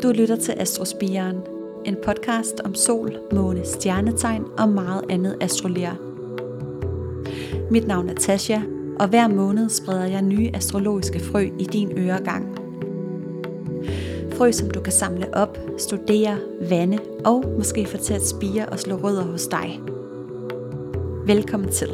Du lytter til Astrospiren, en podcast om sol, måne, stjernetegn og meget andet astrolær. Mit navn er Tasha, og hver måned spreder jeg nye astrologiske frø i din øregang. Frø, som du kan samle op, studere, vande og måske få til at spire og slå rødder hos dig. Velkommen til.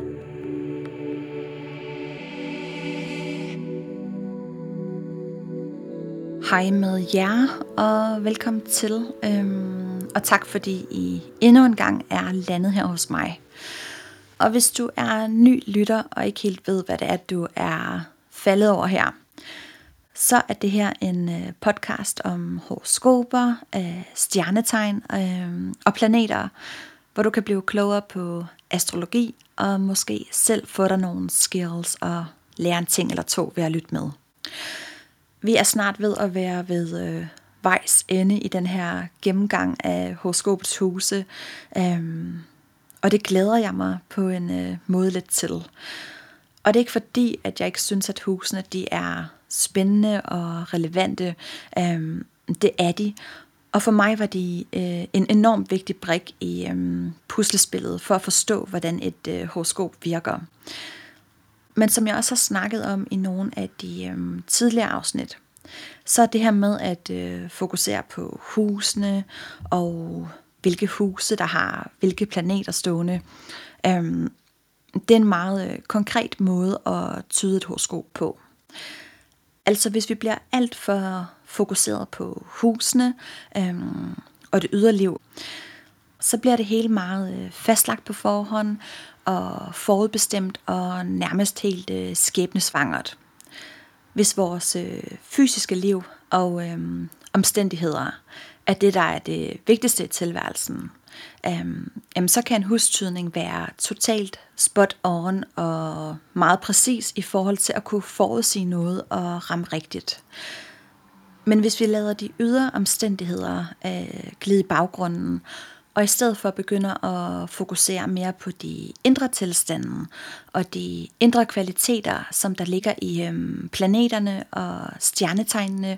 Hej med jer, og velkommen til. Og tak fordi I endnu en gang er landet her hos mig. Og hvis du er ny lytter og ikke helt ved, hvad det er, du er faldet over her, så er det her en podcast om horoskoper, stjernetegn og planeter, hvor du kan blive klogere på astrologi og måske selv få dig nogle skills og lære en ting eller to ved at lytte med. Vi er snart ved at være ved vejs ende i den her gennemgang af horoskopets huse, og det glæder jeg mig på en måde lidt til. Og det er ikke fordi, at jeg ikke synes, at husene de er spændende og relevante. Det er de. Og for mig var de en enormt vigtig brik i puslespillet for at forstå, hvordan et horoskop virker. Men som jeg også har snakket om i nogle af de tidligere afsnit, så er det her med at fokusere på husene og hvilke huse, der har hvilke planeter stående. Det er en meget konkret måde at tyde et horoskop på. Altså hvis vi bliver alt for fokuseret på husene og det ydre liv, så bliver det hele meget fastlagt på forhånd og forudbestemt og nærmest helt skæbnesvangert. Hvis vores fysiske liv og omstændigheder er det, der er det vigtigste i tilværelsen, så kan en hustydning være totalt spot on og meget præcis i forhold til at kunne forudsige noget og ramme rigtigt. Men hvis vi lader de ydre omstændigheder glide i baggrunden, og i stedet for begynder at fokusere mere på de indre tilstande og de indre kvaliteter, som der ligger i planeterne og stjernetegnene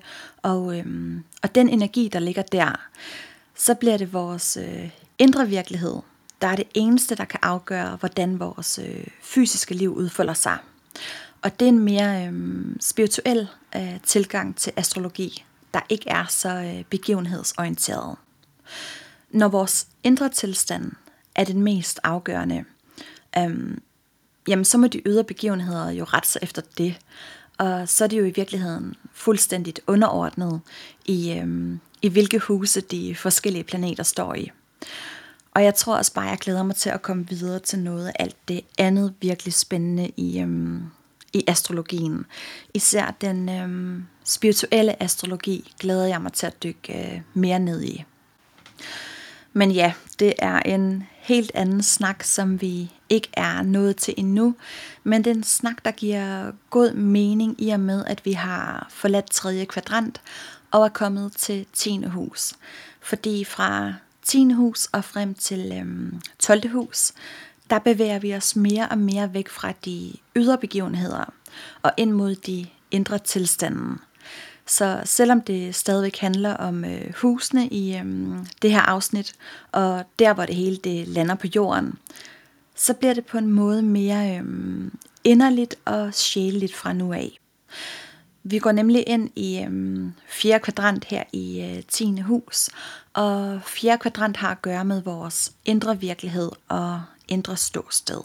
og den energi, der ligger der, så bliver det vores indre virkelighed, der er det eneste, der kan afgøre, hvordan vores fysiske liv udfolder sig. Og det er en mere spirituel tilgang til astrologi, der ikke er så begivenhedsorienteret. Når vores indre tilstand er den mest afgørende, så må de ydre begivenheder jo rette sig efter det. Og så er det jo i virkeligheden fuldstændigt underordnet i hvilke huse de forskellige planeter står i. Og jeg tror også bare, jeg glæder mig til at komme videre til noget af alt det andet virkelig spændende i astrologien. Især den spirituelle astrologi glæder jeg mig til at dykke mere ned i. Men ja, det er en helt anden snak, som vi ikke er nået til endnu. Men det er en snak, der giver god mening i og med, at vi har forladt 3. kvadrant og er kommet til 10. hus. Fordi fra 10. hus og frem til 12. hus, der bevæger vi os mere og mere væk fra de ydre begivenheder og ind mod de indre tilstande. Så selvom det stadigvæk handler om husene i det her afsnit, og der hvor det hele det lander på jorden, så bliver det på en måde mere inderligt og sjæleligt fra nu af. Vi går nemlig ind i 4. kvadrant her i 10. hus, og 4. kvadrant har at gøre med vores indre virkelighed og indre ståsted.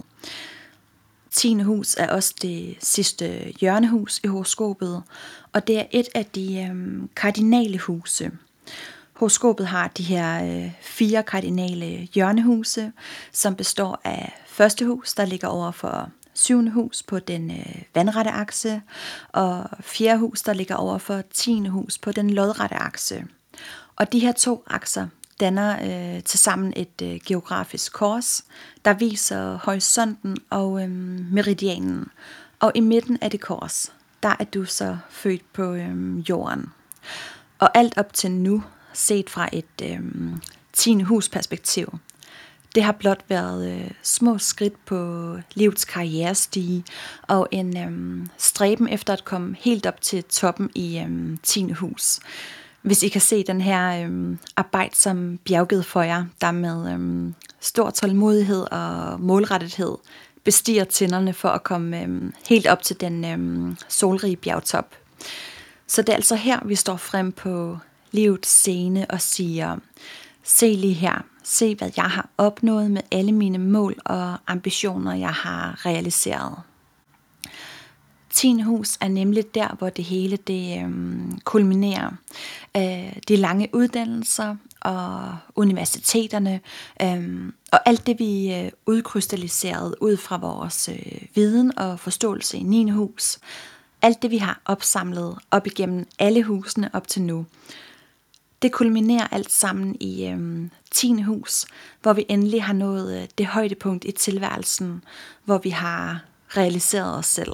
10. hus er også det sidste hjørnehus i horoskopet, og det er et af de kardinale huse. Horoskopet har de her 4 kardinale hjørnehuse, som består af første hus, der ligger over for 7. hus på den vandrette akse, og 4. hus, der ligger over for 10. hus på den lodrette akse. Og de her 2 akser danner tilsammen et geografisk kors, der viser horisonten og meridianen. Og i midten af det kors, der er du så født på jorden. Og alt op til nu, set fra et 10. hus perspektiv, det har blot været små skridt på livets karrierestige og en stræben efter at komme helt op til toppen i 10. hus. Hvis I kan se den her arbejde som bjerged for jer, der med stor tålmodighed og målrettethed bestiger tinderne for at komme helt op til den solrige bjergtop. Så det er altså her, vi står frem på livets scene og siger, se lige her, se hvad jeg har opnået med alle mine mål og ambitioner, jeg har realiseret. 10. hus er nemlig der, hvor det hele det kulminerer. De lange uddannelser og universiteterne og alt det, vi udkrystalliseret ud fra vores viden og forståelse i 9. hus. Alt det, vi har opsamlet op igennem alle husene op til nu. Det kulminerer alt sammen i 10. hus, hvor vi endelig har nået det højdepunkt i tilværelsen, hvor vi har realiseret os selv.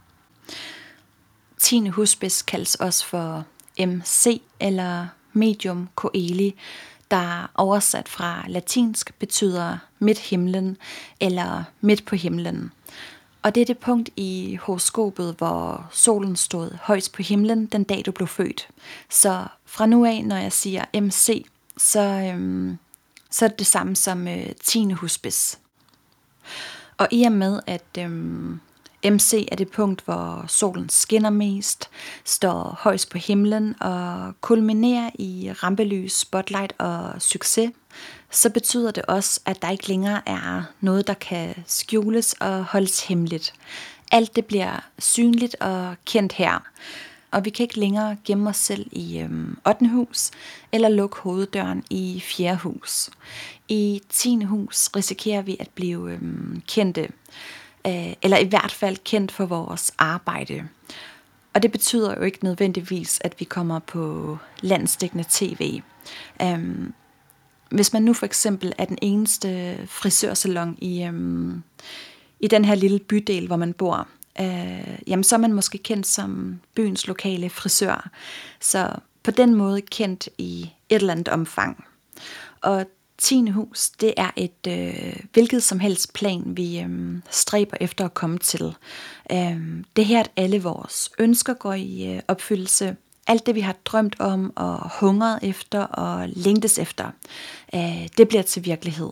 10. husspids kaldes også for MC eller medium coeli, der oversat fra latinsk betyder midt himlen eller midt på himlen. Og det er det punkt i horoskopet, hvor solen stod højst på himlen den dag du blev født. Så fra nu af, når jeg siger MC, så er det det samme som 10. husspids. Og i og med, at MC er det punkt, hvor solen skinner mest, står højst på himlen og kulminerer i rampelys, spotlight og succes, så betyder det også, at der ikke længere er noget, der kan skjules og holdes hemmeligt. Alt det bliver synligt og kendt her, og vi kan ikke længere gemme os selv i 8. hus eller lukke hoveddøren i 4. hus. I 10. hus risikerer vi at blive kendte, eller i hvert fald kendt for vores arbejde. Og det betyder jo ikke nødvendigvis, at vi kommer på landsdækkende tv. Hvis man nu for eksempel er den eneste frisørsalon i den her lille bydel, hvor man bor, jamen så er man måske kendt som byens lokale frisør. Så på den måde kendt i et eller andet omfang. Og 10. hus, det er et hvilket som helst plan, vi stræber efter at komme til. Det her, at alle vores ønsker går i opfyldelse. Alt det, vi har drømt om og hungret efter og længtes efter, det bliver til virkelighed.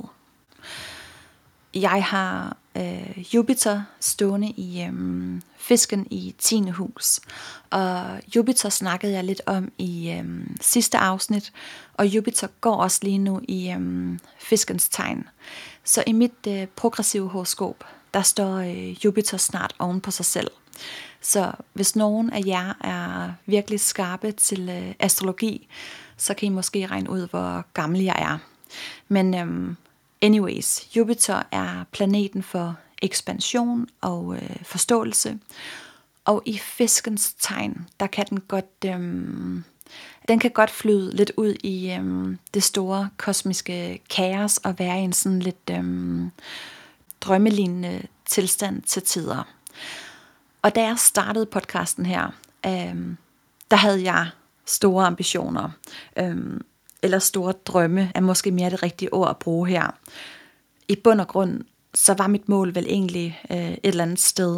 Jeg har Jupiter stående i fisken i 10. hus. Og Jupiter snakkede jeg lidt om i sidste afsnit, og Jupiter går også lige nu i fiskens tegn. Så i mit progressive horoskop, der står Jupiter snart oven på sig selv. Så hvis nogen af jer er virkelig skarpe til astrologi, så kan I måske regne ud, hvor gammel jeg er. Men anyways, Jupiter er planeten for ekspansion og forståelse. Og i fiskens tegn, der kan den kan godt flyde lidt ud i det store kosmiske kaos og være i en sådan lidt drømmelignende tilstand til tider. Og da jeg startede podcasten her, der havde jeg store ambitioner, eller store drømme, er måske mere det rigtige ord at bruge her. I bund og grund, så var mit mål vel egentlig et eller andet sted,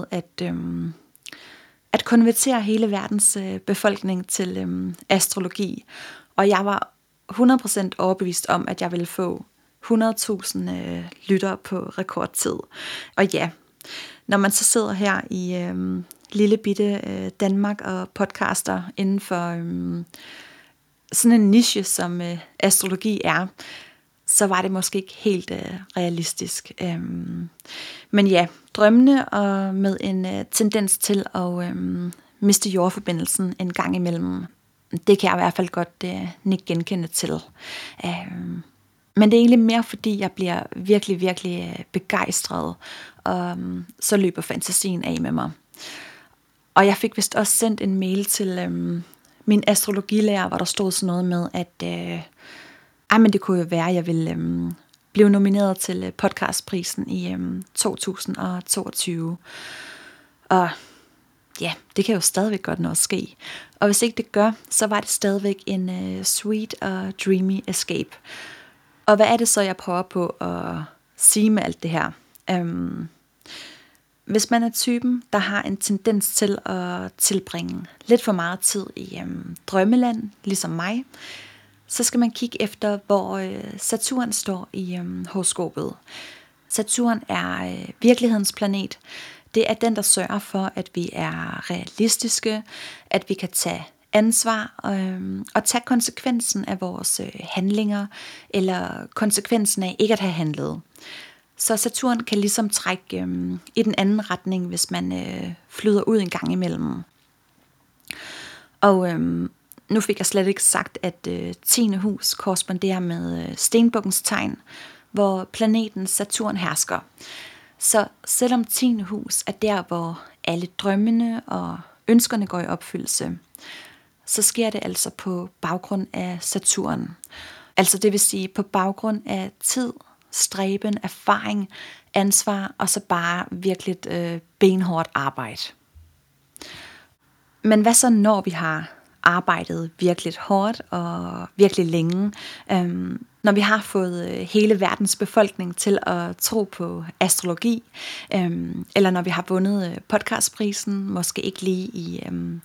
at konvertere hele verdens befolkning til astrologi. Og jeg var 100% overbevist om, at jeg ville få 100.000 lyttere på rekordtid. Og ja, når man så sidder her i lille bitte Danmark og podcaster inden for sådan en niche, som astrologi er, så var det måske ikke helt realistisk. Men ja, drømmene og med en tendens til at miste jordforbindelsen en gang imellem, det kan jeg i hvert fald godt nikke genkende til. Men det er egentlig mere, fordi jeg bliver virkelig, virkelig begejstret, og så løber fantasien af med mig. Og jeg fik vist også sendt en mail til min astrologilærer, hvor der stod sådan noget med, at men det kunne jo være, at jeg ville blive nomineret til podcastprisen i 2022. Og ja, det kan jo stadigvæk godt nå at ske. Og hvis ikke det gør, så var det stadigvæk en sweet og dreamy escape. Og hvad er det så, jeg prøver på at sige med alt det her? Hvis man er typen, der har en tendens til at tilbringe lidt for meget tid i drømmeland, ligesom mig, så skal man kigge efter, hvor Saturn står i horoskopet. Saturn er virkelighedens planet. Det er den, der sørger for, at vi er realistiske, at vi kan tage ansvar og tage konsekvensen af vores handlinger, eller konsekvensen af ikke at have handlet. Så Saturn kan ligesom trække i den anden retning, hvis man flyder ud en gang imellem. Og nu fik jeg slet ikke sagt, at 10. hus korresponderer med stenbukkens tegn, hvor planeten Saturn hersker. Så selvom 10. hus er der, hvor alle drømmene og ønskerne går i opfyldelse, så sker det altså på baggrund af Saturn. Altså det vil sige på baggrund af tid, stræben, erfaring, ansvar og så bare virkelig benhårdt arbejde. Men hvad så når vi har arbejdet virkelig hårdt og virkelig længe? Når vi har fået hele verdens befolkning til at tro på astrologi, eller når vi har vundet podcastprisen, måske ikke lige i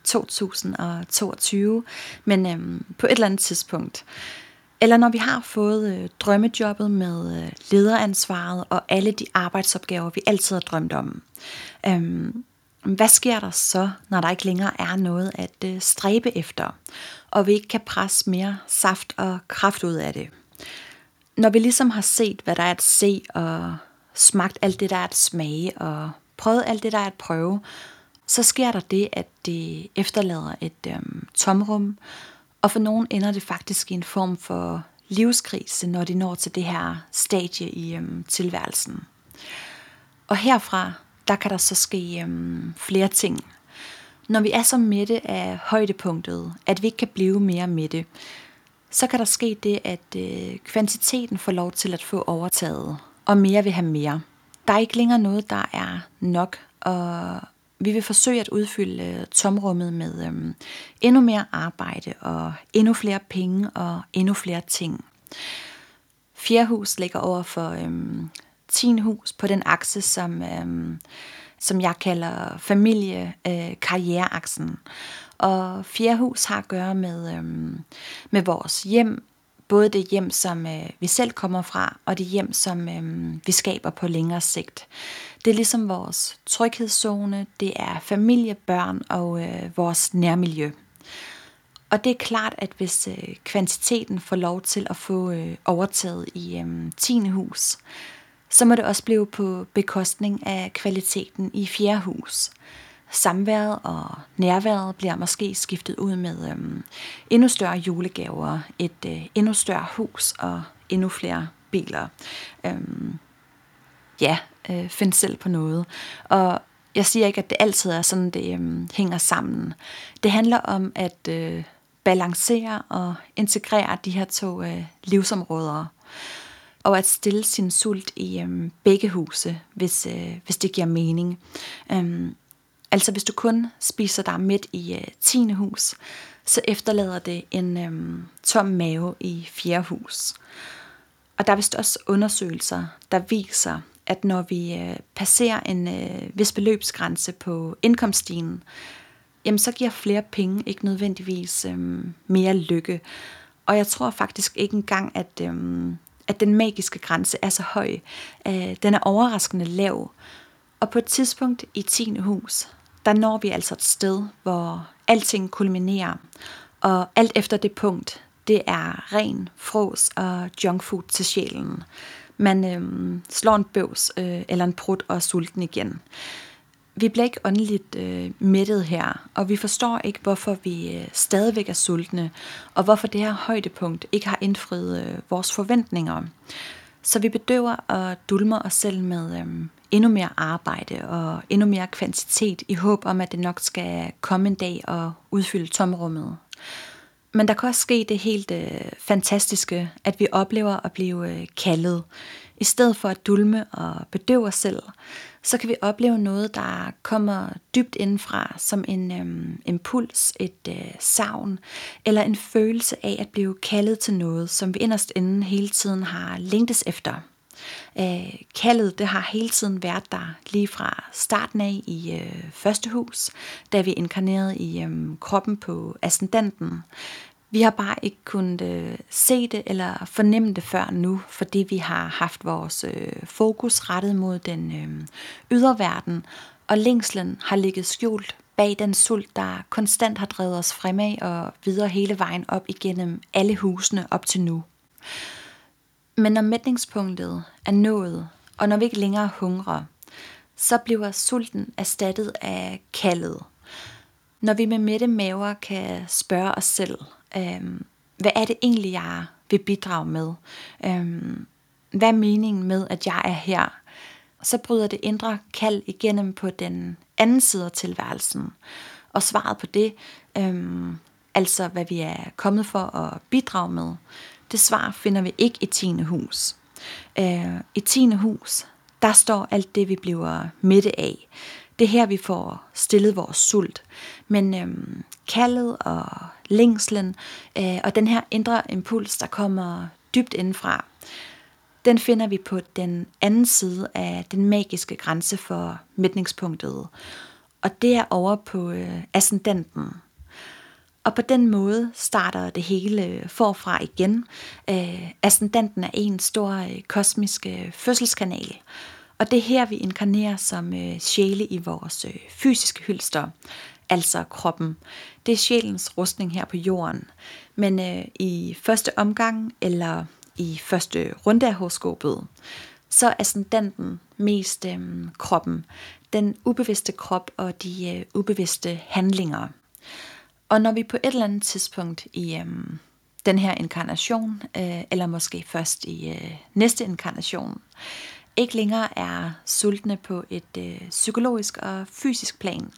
2022, men på et eller andet tidspunkt. Eller når vi har fået drømmejobbet med lederansvaret og alle de arbejdsopgaver, vi altid har drømt om. Hvad sker der så, når der ikke længere er noget at stræbe efter, og vi ikke kan presse mere saft og kraft ud af det? Når vi ligesom har set, hvad der er at se, og smagt alt det, der er at smage, og prøvet alt det, der er at prøve, så sker der det, at det efterlader et tomrum, og for nogen ender det faktisk i en form for livskrise, når de når til det her stadie i tilværelsen. Og herfra, der kan der så ske flere ting. Når vi er så mætte af højdepunktet, at vi ikke kan blive mere mætte, så kan der ske det, at kvantiteten får lov til at få overtaget, og mere vil have mere. Der er ikke længere noget, der er nok, og vi vil forsøge at udfylde tomrummet med endnu mere arbejde, og endnu flere penge, og endnu flere ting. 4. hus ligger over for 10. hus på den akse, som jeg kalder familie-karriereaksen. Og 4. hus har at gøre med vores hjem, både det hjem, som vi selv kommer fra, og det hjem, som vi skaber på længere sigt. Det er ligesom vores tryghedszone, det er familie, børn og vores nærmiljø. Og det er klart, at hvis kvantiteten får lov til at få overtaget i 10. hus, så må det også blive på bekostning af kvaliteten i 4. hus. Samværet og nærværet bliver måske skiftet ud med endnu større julegaver, et endnu større hus og endnu flere biler. Find selv på noget. Og jeg siger ikke, at det altid er sådan, det hænger sammen. Det handler om at balancere og integrere de her to livsområder, og at stille sin sult i begge huse, hvis det giver mening. Altså hvis du kun spiser dig midt i 10. hus, så efterlader det en tom mave i 4. hus. Og der er vist også undersøgelser, der viser, at når vi passerer en vis beløbsgrænse på indkomststigen, jamen så giver flere penge ikke nødvendigvis mere lykke. Og jeg tror faktisk ikke engang, at den magiske grænse er så høj. Den er overraskende lav. Og på et tidspunkt i 10. hus, der når vi altså et sted, hvor alting kulminerer. Og alt efter det punkt, det er ren frås og junkfood til sjælen. Man slår en bøvs eller en prut og er sulten igen. Vi bliver ikke åndeligt mættet her, og vi forstår ikke, hvorfor vi stadigvæk er sultne, og hvorfor det her højdepunkt ikke har indfriet vores forventninger. Så vi bedøver og dulmer os selv med endnu mere arbejde og endnu mere kvantitet i håb om, at det nok skal komme en dag og udfylde tomrummet. Men der kan også ske det helt fantastiske, at vi oplever at blive kaldet. I stedet for at dulme og bedøve os selv, så kan vi opleve noget, der kommer dybt indenfra, som en impuls, et savn, eller en følelse af at blive kaldet til noget, som vi inderst inde hele tiden har længtes efter. Kaldet, det har hele tiden været der lige fra starten af i første hus, da vi inkarnerede i kroppen på ascendanten. Vi har bare ikke kunnet se det eller fornemme det før nu, fordi vi har haft vores fokus rettet mod den ydre verden, og længslen har ligget skjult bag den sult, der konstant har drevet os fremad og videre hele vejen op igennem alle husene op til nu. Men når mætningspunktet er nået, og når vi ikke længere hungrer, så bliver sulten erstattet af kaldet. Når vi med mætte maver kan spørge os selv, hvad er det egentlig, jeg vil bidrage med? Hvad er meningen med, at jeg er her? Så bryder det indre kald igennem på den anden side af tilværelsen. Og svaret på det, altså hvad vi er kommet for at bidrage med, det svar finder vi ikke i 10. hus. I 10. hus, der står alt det, vi bliver mætte af. Det er her, vi får stillet vores sult. Men kaldet og længslen og den her indre impuls, der kommer dybt indfra, den finder vi på den anden side af den magiske grænse for mætningspunktet. Og det er over på ascendanten. Og på den måde starter det hele forfra igen. Ascendanten er en stor kosmisk fødselskanal. Og det er her, vi inkarnerer som sjæle i vores fysiske hylster, altså kroppen. Det er sjælens rustning her på jorden. Men i første omgang, eller i første runde af horoskopet, så er ascendanten mest kroppen, den ubevidste krop og de ubevidste handlinger. Og når vi på et eller andet tidspunkt i den her inkarnation, eller måske først i næste inkarnation, ikke længere er sultne på et psykologisk og fysisk plan,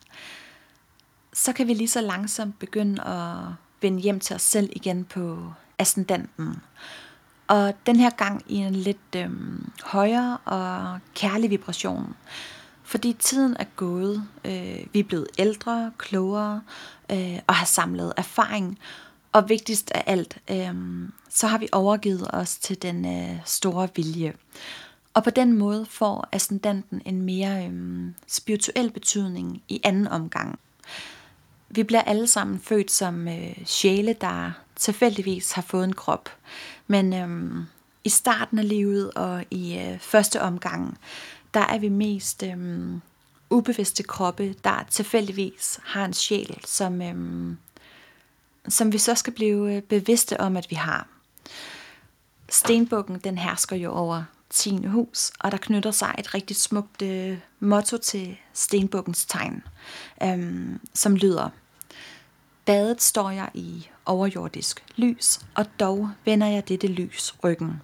så kan vi lige så langsomt begynde at vende hjem til os selv igen på ascendanten. Og den her gang i en lidt højere og kærlig vibration. Fordi tiden er gået, vi er blevet ældre, klogere og har samlet erfaring. Og vigtigst af alt, så har vi overgivet os til den store vilje. Og på den måde får ascendanten en mere spirituel betydning i anden omgang. Vi bliver alle sammen født som sjæle, der tilfældigvis har fået en krop. Men i starten af livet og i første omgang, der er vi mest ubevidste kroppe, der tilfældigvis har en sjæl, som vi så skal blive bevidste om, at vi har. Stenbukken, den hersker jo over 10. hus, og der knytter sig et rigtig smukt motto til stenbukkens tegn, som lyder: badet står jeg i overjordisk lys, og dog vender jeg dette lys ryggen.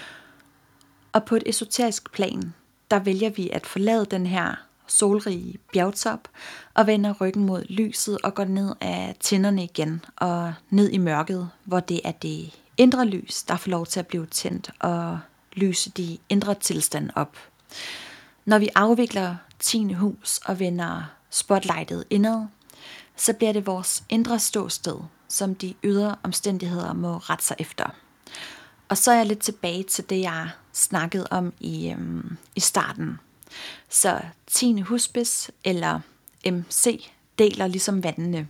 Og på et esoterisk plan, der vælger vi at forlade den her solrige bjergtop og vender ryggen mod lyset og går ned af tinderne igen og ned i mørket, hvor det er det indre lys, der får lov til at blive tændt og lyse de indre tilstand op. Når vi afvikler 10. hus og vender spotlightet indad, så bliver det vores indre ståsted, som de ydre omstændigheder må rette sig efter. Og så er jeg lidt tilbage til det, jeg snakkede om i starten. Så 10. husspids eller MC deler ligesom vandene.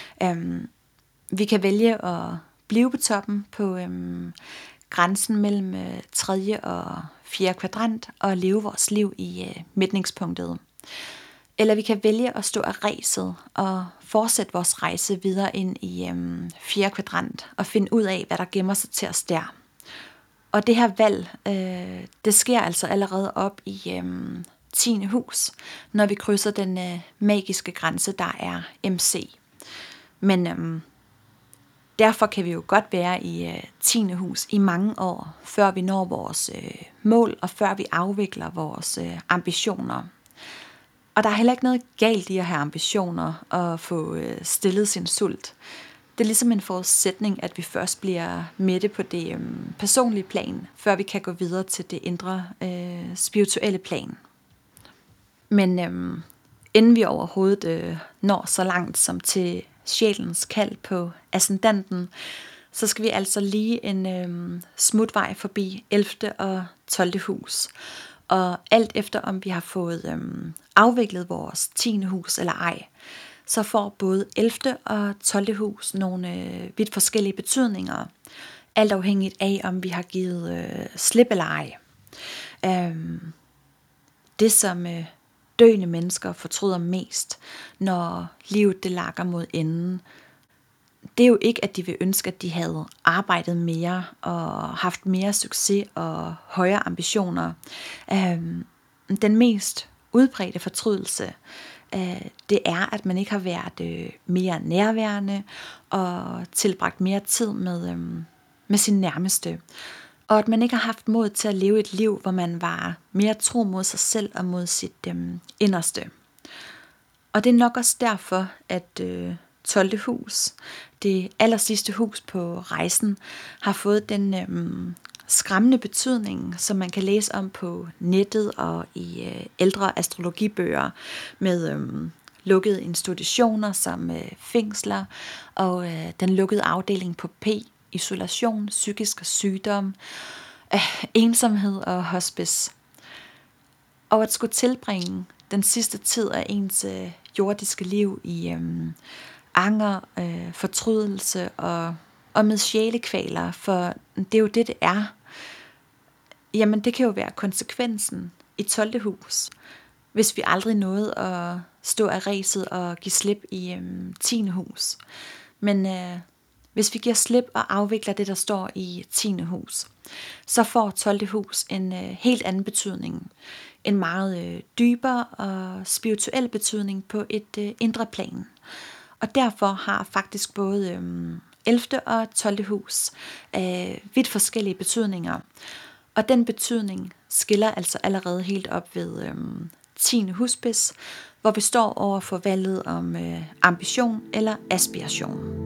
Vi kan vælge at blive på toppen på grænsen mellem 3. og 4. kvadrant og leve vores liv i mætningspunktet. Eller vi kan vælge at stå af ræset og fortsætte vores rejse videre ind i 4. kvadrant og finde ud af, hvad der gemmer sig til os der. Og det her valg, det sker altså allerede op i 10. hus, når vi krydser den magiske grænse, der er MC. Men derfor kan vi jo godt være i 10. hus i mange år, før vi når vores mål, og før vi afvikler vores ambitioner. Og der er heller ikke noget galt i at have ambitioner og få stillet sin sult. Det er ligesom en forudsætning, at vi først bliver mætte på det personlige plan, før vi kan gå videre til det indre spirituelle plan. Men inden vi overhovedet når så langt som til sjælens kald på ascendanten, så skal vi altså lige en smutvej forbi 11. og 12. hus. Og alt efter om vi har fået afviklet vores 10. hus eller ej, så får både 11. og 12. hus nogle vidt forskellige betydninger, alt afhængigt af om vi har givet slip eller ej. Det som døende mennesker fortryder mest, når livet det lakker mod enden, det er jo ikke, at de vil ønske, at de havde arbejdet mere og haft mere succes og højere ambitioner. Den mest udbredte fortrydelse, det er, at man ikke har været mere nærværende og tilbragt mere tid med sin nærmeste. Og at man ikke har haft mod til at leve et liv, hvor man var mere tro mod sig selv og mod sit inderste. Og det er nok også derfor, at 12. hus, det allersidste hus på rejsen, har fået den skræmmende betydning, som man kan læse om på nettet og i ældre astrologibøger med lukkede institutioner som fængsler og den lukkede afdeling på P, isolation, psykisk sygdom, ensomhed og hospice. Og at skulle tilbringe den sidste tid af ens jordiske liv i anger, fortrydelse og med sjælekvaler, for det er jo det er. Jamen det kan jo være konsekvensen i 12. hus, hvis vi aldrig nåede at stå af ræset og give slip i 10. hus. Men hvis vi giver slip og afvikler det, der står i 10. hus, så får 12. hus en helt anden betydning. En meget dybere og spirituel betydning på et indre plan. Og derfor har faktisk både 11. og 12. hus vidt forskellige betydninger. Og den betydning skiller altså allerede helt op ved 10. husspids, hvor vi står over for valget om ambition eller aspiration.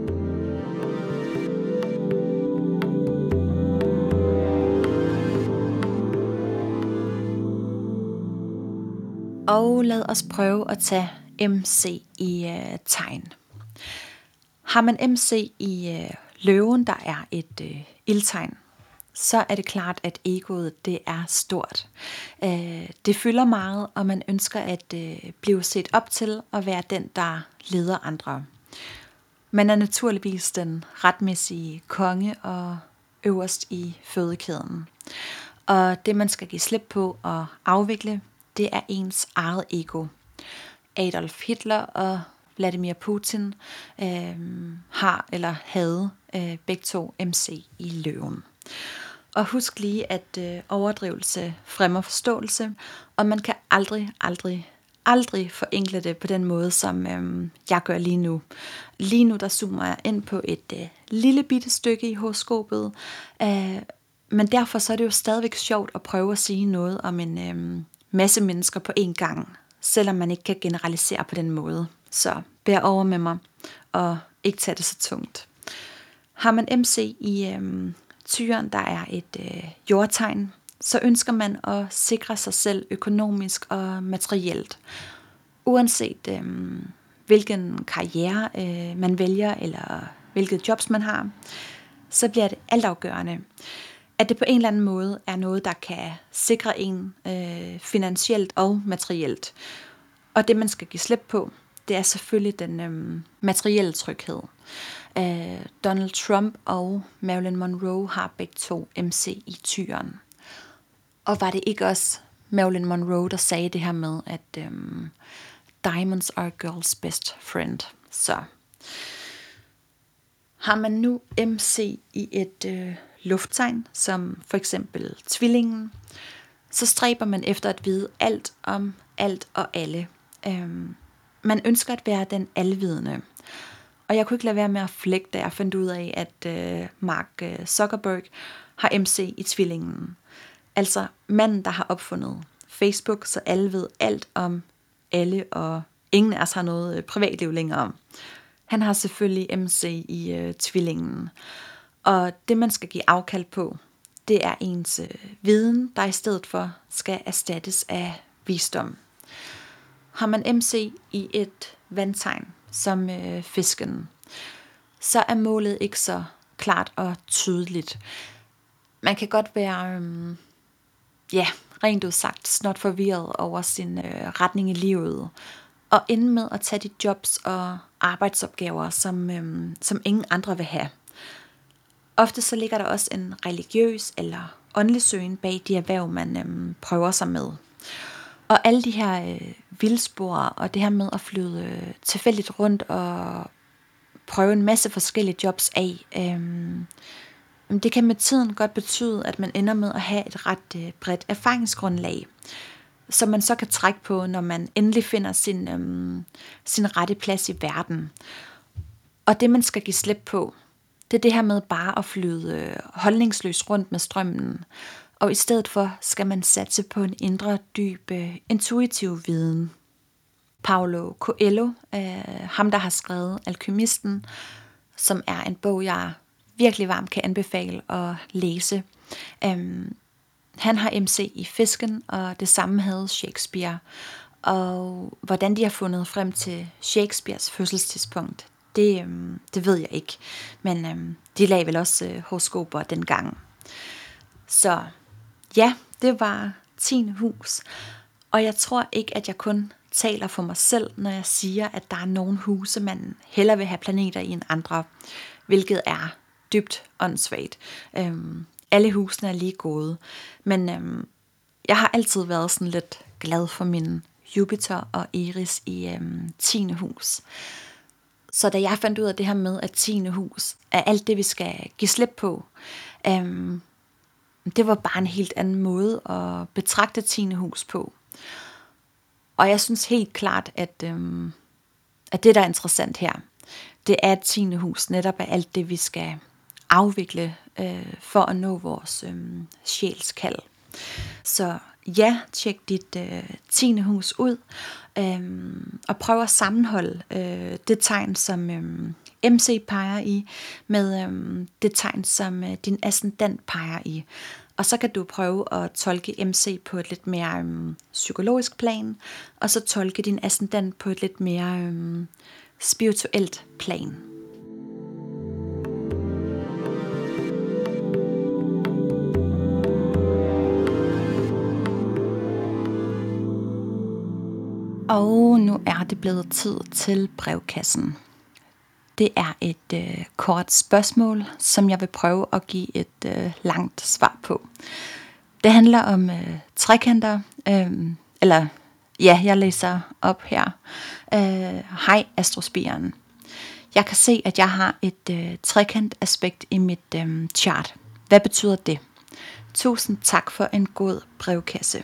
Og lad os prøve at tage MC i tegn. Har man MC i løven, der er et ildtegn, så er det klart, at egoet det er stort. Det fylder meget, og man ønsker at blive set op til at være den, der leder andre. Man er naturligvis den retmæssige konge og øverst i fødekæden. Og det, man skal give slip på og afvikle, det er ens eget ego. Adolf Hitler og Vladimir Putin har eller havde begge to MC i løven. Og husk lige, at overdrivelse fremmer forståelse, og man kan aldrig forenkle det på den måde, som jeg gør lige nu. Lige nu der zoomer jeg ind på et lille bitte stykke i horoskopet, men derfor så er det jo stadigvæk sjovt at prøve at sige noget om en masse mennesker på én gang, selvom man ikke kan generalisere på den måde. Så bær over med mig, og ikke tage det så tungt. Har man MC i Tyren, der er et jordtegn, så ønsker man at sikre sig selv økonomisk og materielt. Uanset hvilken karriere man vælger, eller hvilket jobs man har, så bliver det altafgørende, at det på en eller anden måde er noget, der kan sikre en finansielt og materielt. Og det, man skal give slip på, det er selvfølgelig den materielle tryghed. Donald Trump og Marilyn Monroe har begge to MC i Tyren. Og var det ikke også Marilyn Monroe, der sagde det her med, at diamonds are a girl's best friend. Så har man nu MC i et lufttegn, som for eksempel tvillingen, så stræber man efter at vide alt om alt og alle. Man ønsker at være den alvidende. Og jeg kunne ikke lade være med at flække, da jeg fandt ud af, at Mark Zuckerberg har MC i tvillingen. Altså manden, der har opfundet Facebook, så alle ved alt om alle, og ingen af os har noget privatliv længere. Han har selvfølgelig MC i tvillingen. Og det, man skal give afkald på, det er ens viden, der i stedet for skal erstattes af visdom. Har man MC i et vandtegn, som fisken, så er målet ikke så klart og tydeligt. Man kan godt være, rent udsagt, snot forvirret over sin retning i livet, og ende med at tage de jobs og arbejdsopgaver, som ingen andre vil have. Ofte så ligger der også en religiøs eller åndelig søgen bag de erhverv, man prøver sig med. Og alle de her vildspor og det her med at flyde tilfældigt rundt og prøve en masse forskellige jobs af, det kan med tiden godt betyde, at man ender med at have et ret bredt erfaringsgrundlag, som man så kan trække på, når man endelig finder sin rette plads i verden. Og det man skal give slip på, det er det her med bare at flyde holdningsløst rundt med strømmen. Og i stedet for skal man satse på en indre, dyb, intuitiv viden. Paulo Coelho, ham der har skrevet Alkymisten, som er en bog, jeg virkelig varmt kan anbefale at læse. Han har MC i Fisken, og det samme havde Shakespeare. Og hvordan de har fundet frem til Shakespeares fødselstidspunkt, det ved jeg ikke. Men de lagde vel også horoskoper dengang. Så ja, det var 10. hus. Og jeg tror ikke, at jeg kun taler for mig selv, når jeg siger, at der er nogle huse, man hellere vil have planeter i end andre, hvilket er dybt åndssvagt. Alle husene er lige gode, men jeg har altid været sådan lidt glad for min Jupiter og Eris i 10. hus. Så da jeg fandt ud af det her med, at 10. hus er alt det, vi skal give slip på, det var bare en helt anden måde at betragte 10. hus på. Og jeg synes helt klart, at det, der er interessant her, det er, at 10. hus netop er alt det, vi skal afvikle for at nå vores sjælskald. Så ja, tjek dit 10. hus ud, og prøv at sammenholde det tegn, som MC peger i, med det tegn, som din ascendant peger i. Og så kan du prøve at tolke MC på et lidt mere psykologisk plan, og så tolke din ascendant på et lidt mere spirituelt plan. Og nu er det blevet tid til brevkassen. Det er et kort spørgsmål, som jeg vil prøve at give et langt svar på. Det handler om trekanter, jeg læser op her. Hej Astrospiren. Jeg kan se, at jeg har et trekantaspekt i mit chart. Hvad betyder det? Tusind tak for en god brevkasse.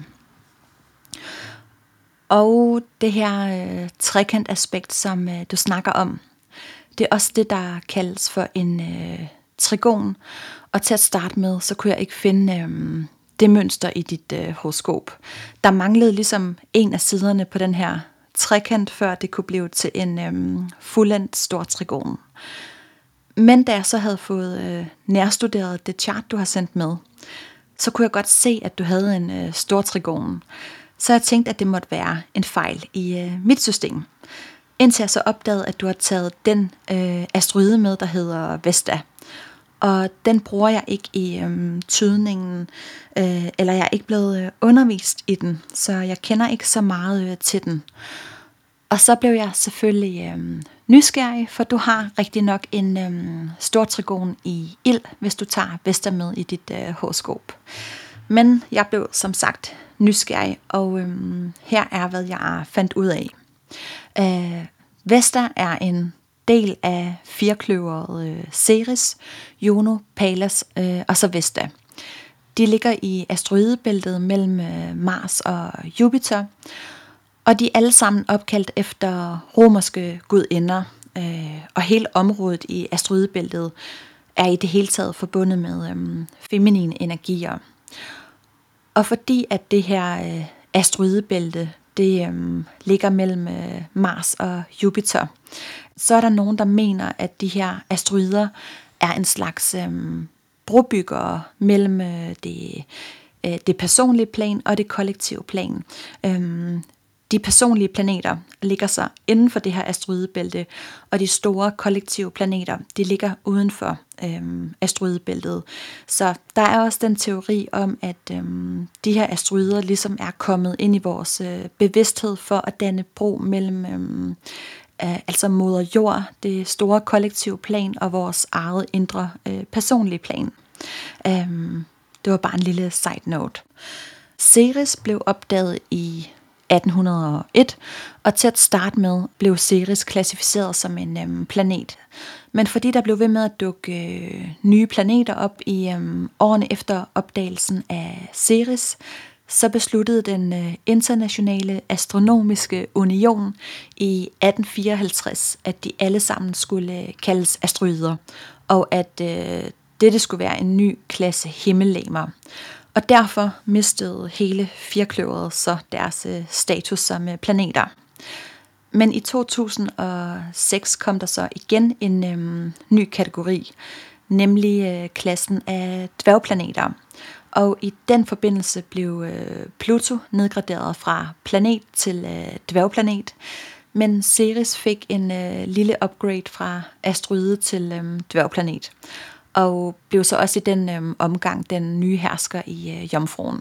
Og det her trekantaspekt, som du snakker om, det er også det, der kaldes for en trigon. Og til at starte med, så kunne jeg ikke finde det mønster i dit horoskop. Der manglede ligesom en af siderne på den her trekant, før det kunne blive til en fuldendt stor trigon. Men da jeg så havde fået nærstuderet det chart, du har sendt med, så kunne jeg godt se, at du havde en stor trigon. Så jeg tænkte, at det måtte være en fejl i mit system. Indtil jeg så opdagede, at du har taget den asteroide med, der hedder Vesta. Og den bruger jeg ikke i tydningen, eller jeg er ikke blevet undervist i den, så jeg kender ikke så meget til den. Og så blev jeg selvfølgelig nysgerrig, for du har rigtig nok en stor trigon i ild, hvis du tager Vesta med i dit horoskop. Men jeg blev som sagt nysgerrig, og her er, hvad jeg fandt ud af. Vesta er en del af firkløveret Ceres, Juno, Pallas og så Vesta. De ligger i asteroidebæltet mellem Mars og Jupiter, og de er alle sammen opkaldt efter romerske gudinder, og hele området i asteroidebæltet er i det hele taget forbundet med feminine energier. Og fordi at det her asteroidebælte, det ligger mellem Mars og Jupiter, så er der nogen, der mener, at de her asteroider er en slags brobyggere mellem det personlige plan og det kollektive plan. De personlige planeter ligger så inden for det her asteroidebælte, og de store kollektive planeter, de ligger uden for asteroidebæltet. Så der er også den teori om, at de her asteroider ligesom er kommet ind i vores bevidsthed for at danne bro mellem altså moder jord, det store kollektive plan, og vores eget indre personlige plan. Det var bare en lille side note. Ceres blev opdaget i 1801, og til at starte med blev Ceres klassificeret som en planet. Men fordi der blev ved med at dukke nye planeter op i årene efter opdagelsen af Ceres, så besluttede den internationale astronomiske union i 1854, at de alle sammen skulle kaldes asteroider, og at dette skulle være en ny klasse himmellegemer. Og derfor mistede hele firkløveret så deres status som planeter. Men i 2006 kom der så igen en ny kategori, nemlig klassen af dværgplaneter. Og i den forbindelse blev Pluto nedgraderet fra planet til dværgplanet, men Ceres fik en lille upgrade fra asteroide til dværgplanet, og blev så også i den omgang den nye hersker i Jomfruen.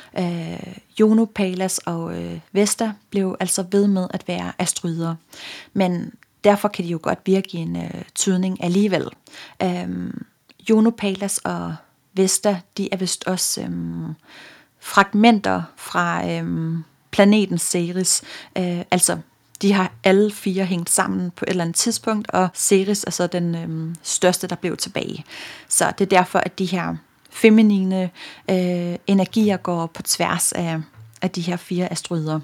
Juno, Pallas og Vesta blev altså ved med at være asteroider, men derfor kan de jo godt virke i en tydning alligevel. Juno, Pallas og Vesta, de er vist også fragmenter fra planeten Ceres, altså de har alle fire hængt sammen på et eller andet tidspunkt, og Ceres er så den største, der blev tilbage. Så det er derfor, at de her feminine energier går på tværs af de her fire asteroider.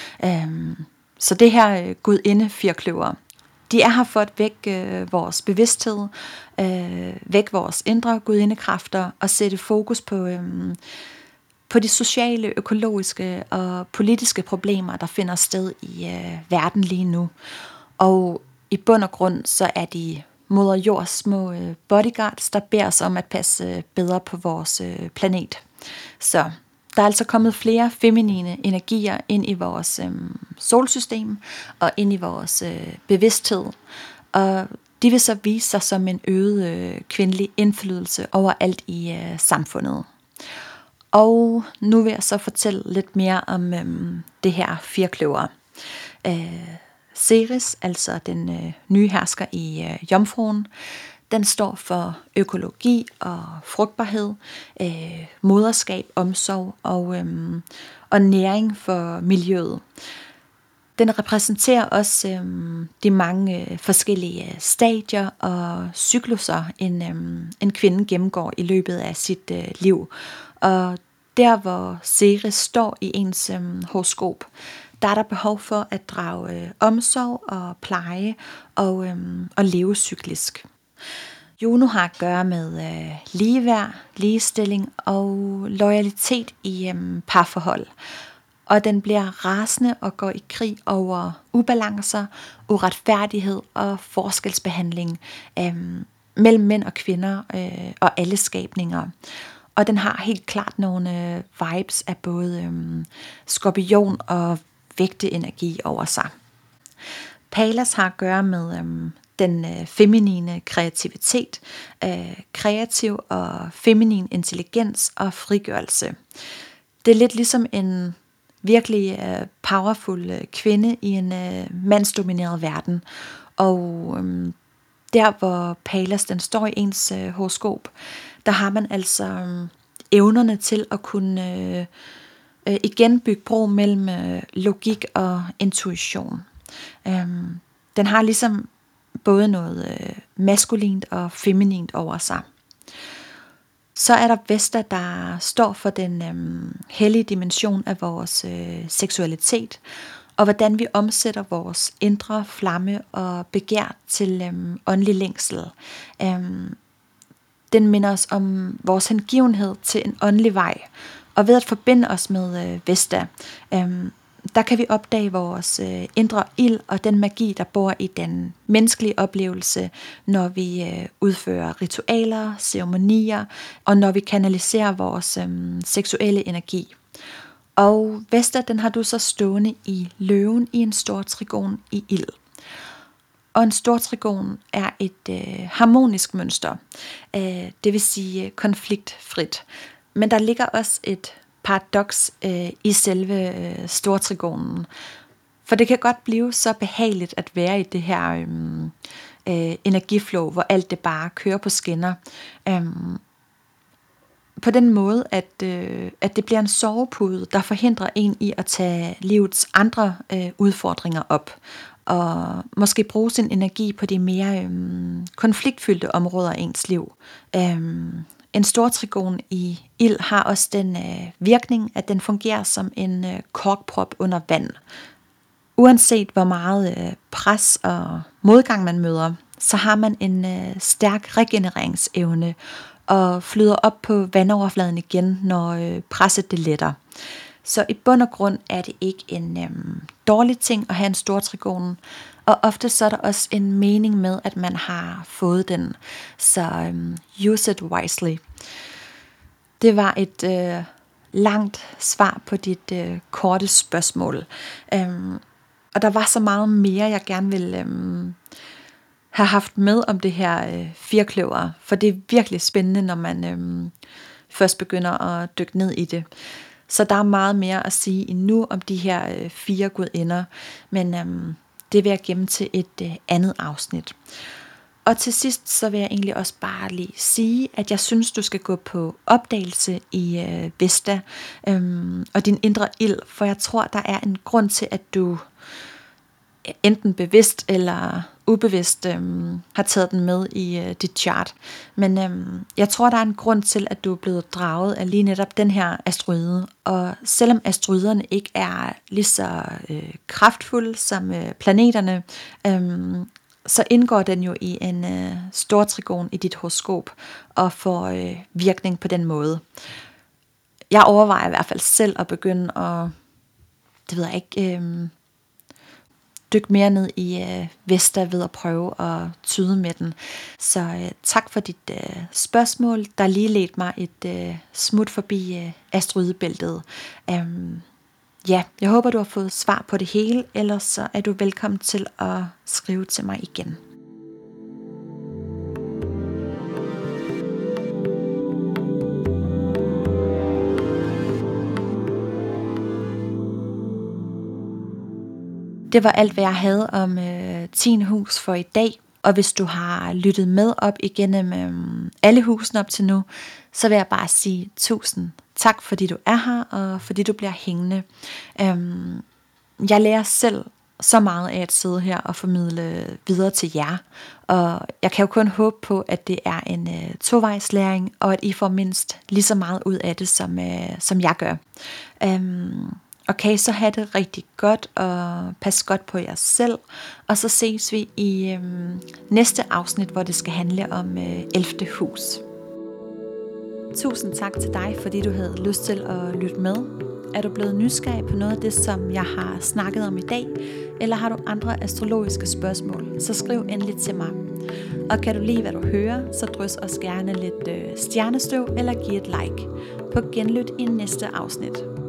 Så det her gudinde firkløver, de er her for at vække vores bevidsthed, vække vores indre gudindekræfter og sætte fokus på de sociale, økologiske og politiske problemer, der finder sted i verden lige nu. Og i bund og grund, så er de moder jords små bodyguards, der beder os om at passe bedre på vores planet. Så der er altså kommet flere feminine energier ind i vores solsystem og ind i vores bevidsthed. Og de vil så vise sig som en øget kvindelig indflydelse overalt i samfundet. Og nu vil jeg så fortælle lidt mere om det her firkløver. Ceres, altså den nye hersker i Jomfruen, den står for økologi og frugtbarhed, moderskab, omsorg og næring for miljøet. Den repræsenterer også de mange forskellige stadier og cykluser, en kvinde gennemgår i løbet af sit liv. Og der, hvor Ceres står i ens horoskop, der er der behov for at drage omsorg og pleje og leve cyklisk. Juno har at gøre med ligeværd, ligestilling og loyalitet i parforhold. Og den bliver rasende og går i krig over ubalancer, uretfærdighed og forskelsbehandling mellem mænd og kvinder og alle skabninger. Og den har helt klart nogle vibes af både skorpion og vægteenergi over sig. Pallas har at gøre med den feminine kreativitet, kreativ og feminin intelligens og frigørelse. Det er lidt ligesom en virkelig powerful kvinde i en mandsdomineret verden. Og der, hvor Pallas den står i ens horoskop, der har man altså evnerne til at kunne igen bygge bro mellem logik og intuition. Den har ligesom både noget maskulint og feminint over sig. Så er der Vesta, der står for den hellige dimension af vores seksualitet, og hvordan vi omsætter vores indre flamme og begær til åndelig længsel. Den minder os om vores hengivenhed til en åndelig vej, og ved at forbinde os med Vesta, der kan vi opdage vores indre ild og den magi, der bor i den menneskelige oplevelse, når vi udfører ritualer, ceremonier, og når vi kanaliserer vores seksuelle energi. Og Vesta, den har du så stående i løven i en stor trigon i ild. Og en stor trigon er et harmonisk mønster, det vil sige konfliktfrit. Men der ligger også et paradoks i selve stortrigonen. For det kan godt blive så behageligt at være i det her energiflow, hvor alt det bare kører på skinner. På den måde, at det bliver en sovepude, der forhindrer en i at tage livets andre udfordringer op, og måske bruge sin energi på de mere konfliktfyldte områder af ens liv. En stor trigon i ild har også den virkning, at den fungerer som en korkprop under vand. Uanset hvor meget pres og modgang man møder, så har man en stærk regenereringsevne og flyder op på vandoverfladen igen, når presset det letter. Så i bund og grund er det ikke en dårlig ting at have en stor trigon, og ofte så er der også en mening med, at man har fået den. Så use it wisely. Det var et langt svar på dit korte spørgsmål. Og der var så meget mere, jeg gerne ville have haft med om det her firkløver, for det er virkelig spændende, når man først begynder at dykke ned i det. Så der er meget mere at sige endnu om de her 4 gudinder, men det vil jeg gemme til et andet afsnit. Og til sidst så vil jeg egentlig også bare lige sige, at jeg synes, du skal gå på opdagelse i Vesta og din indre ild, for jeg tror, der er en grund til, at du enten bevidst eller ubevidst har taget den med i dit chart. Men jeg tror, der er en grund til, at du er blevet draget af lige netop den her asteroide. Og selvom asteroiderne ikke er lige så kraftfulde som planeterne, så indgår den jo i en stor trigon i dit horoskop og får virkning på den måde. Jeg overvejer i hvert fald selv at begynde at, det ved jeg ikke, dykke mere ned i Vesta ved at prøve at tyde med den. Så tak for dit spørgsmål, der lige ledte mig et smut forbi asteroidebæltet. Ja, jeg håber, du har fået svar på det hele, ellers så er du velkommen til at skrive til mig igen. Det var alt, hvad jeg havde om 10. hus for i dag. Og hvis du har lyttet med op igennem alle husene op til nu, så vil jeg bare sige tusind tak, fordi du er her, og fordi du bliver hængende. Jeg lærer selv så meget af at sidde her og formidle videre til jer. Og jeg kan jo kun håbe på, at det er en tovejslæring, og at I får mindst lige så meget ud af det, som jeg gør. Okay, så have det rigtig godt, og pas godt på jer selv. Og så ses vi i næste afsnit, hvor det skal handle om 11. hus. Tusind tak til dig, fordi du havde lyst til at lytte med. Er du blevet nysgerrig på noget af det, som jeg har snakket om i dag? Eller har du andre astrologiske spørgsmål, så skriv endelig til mig. Og kan du lide, hvad du hører, så drys også gerne lidt stjernestøv eller giv et like. På genlyt i næste afsnit.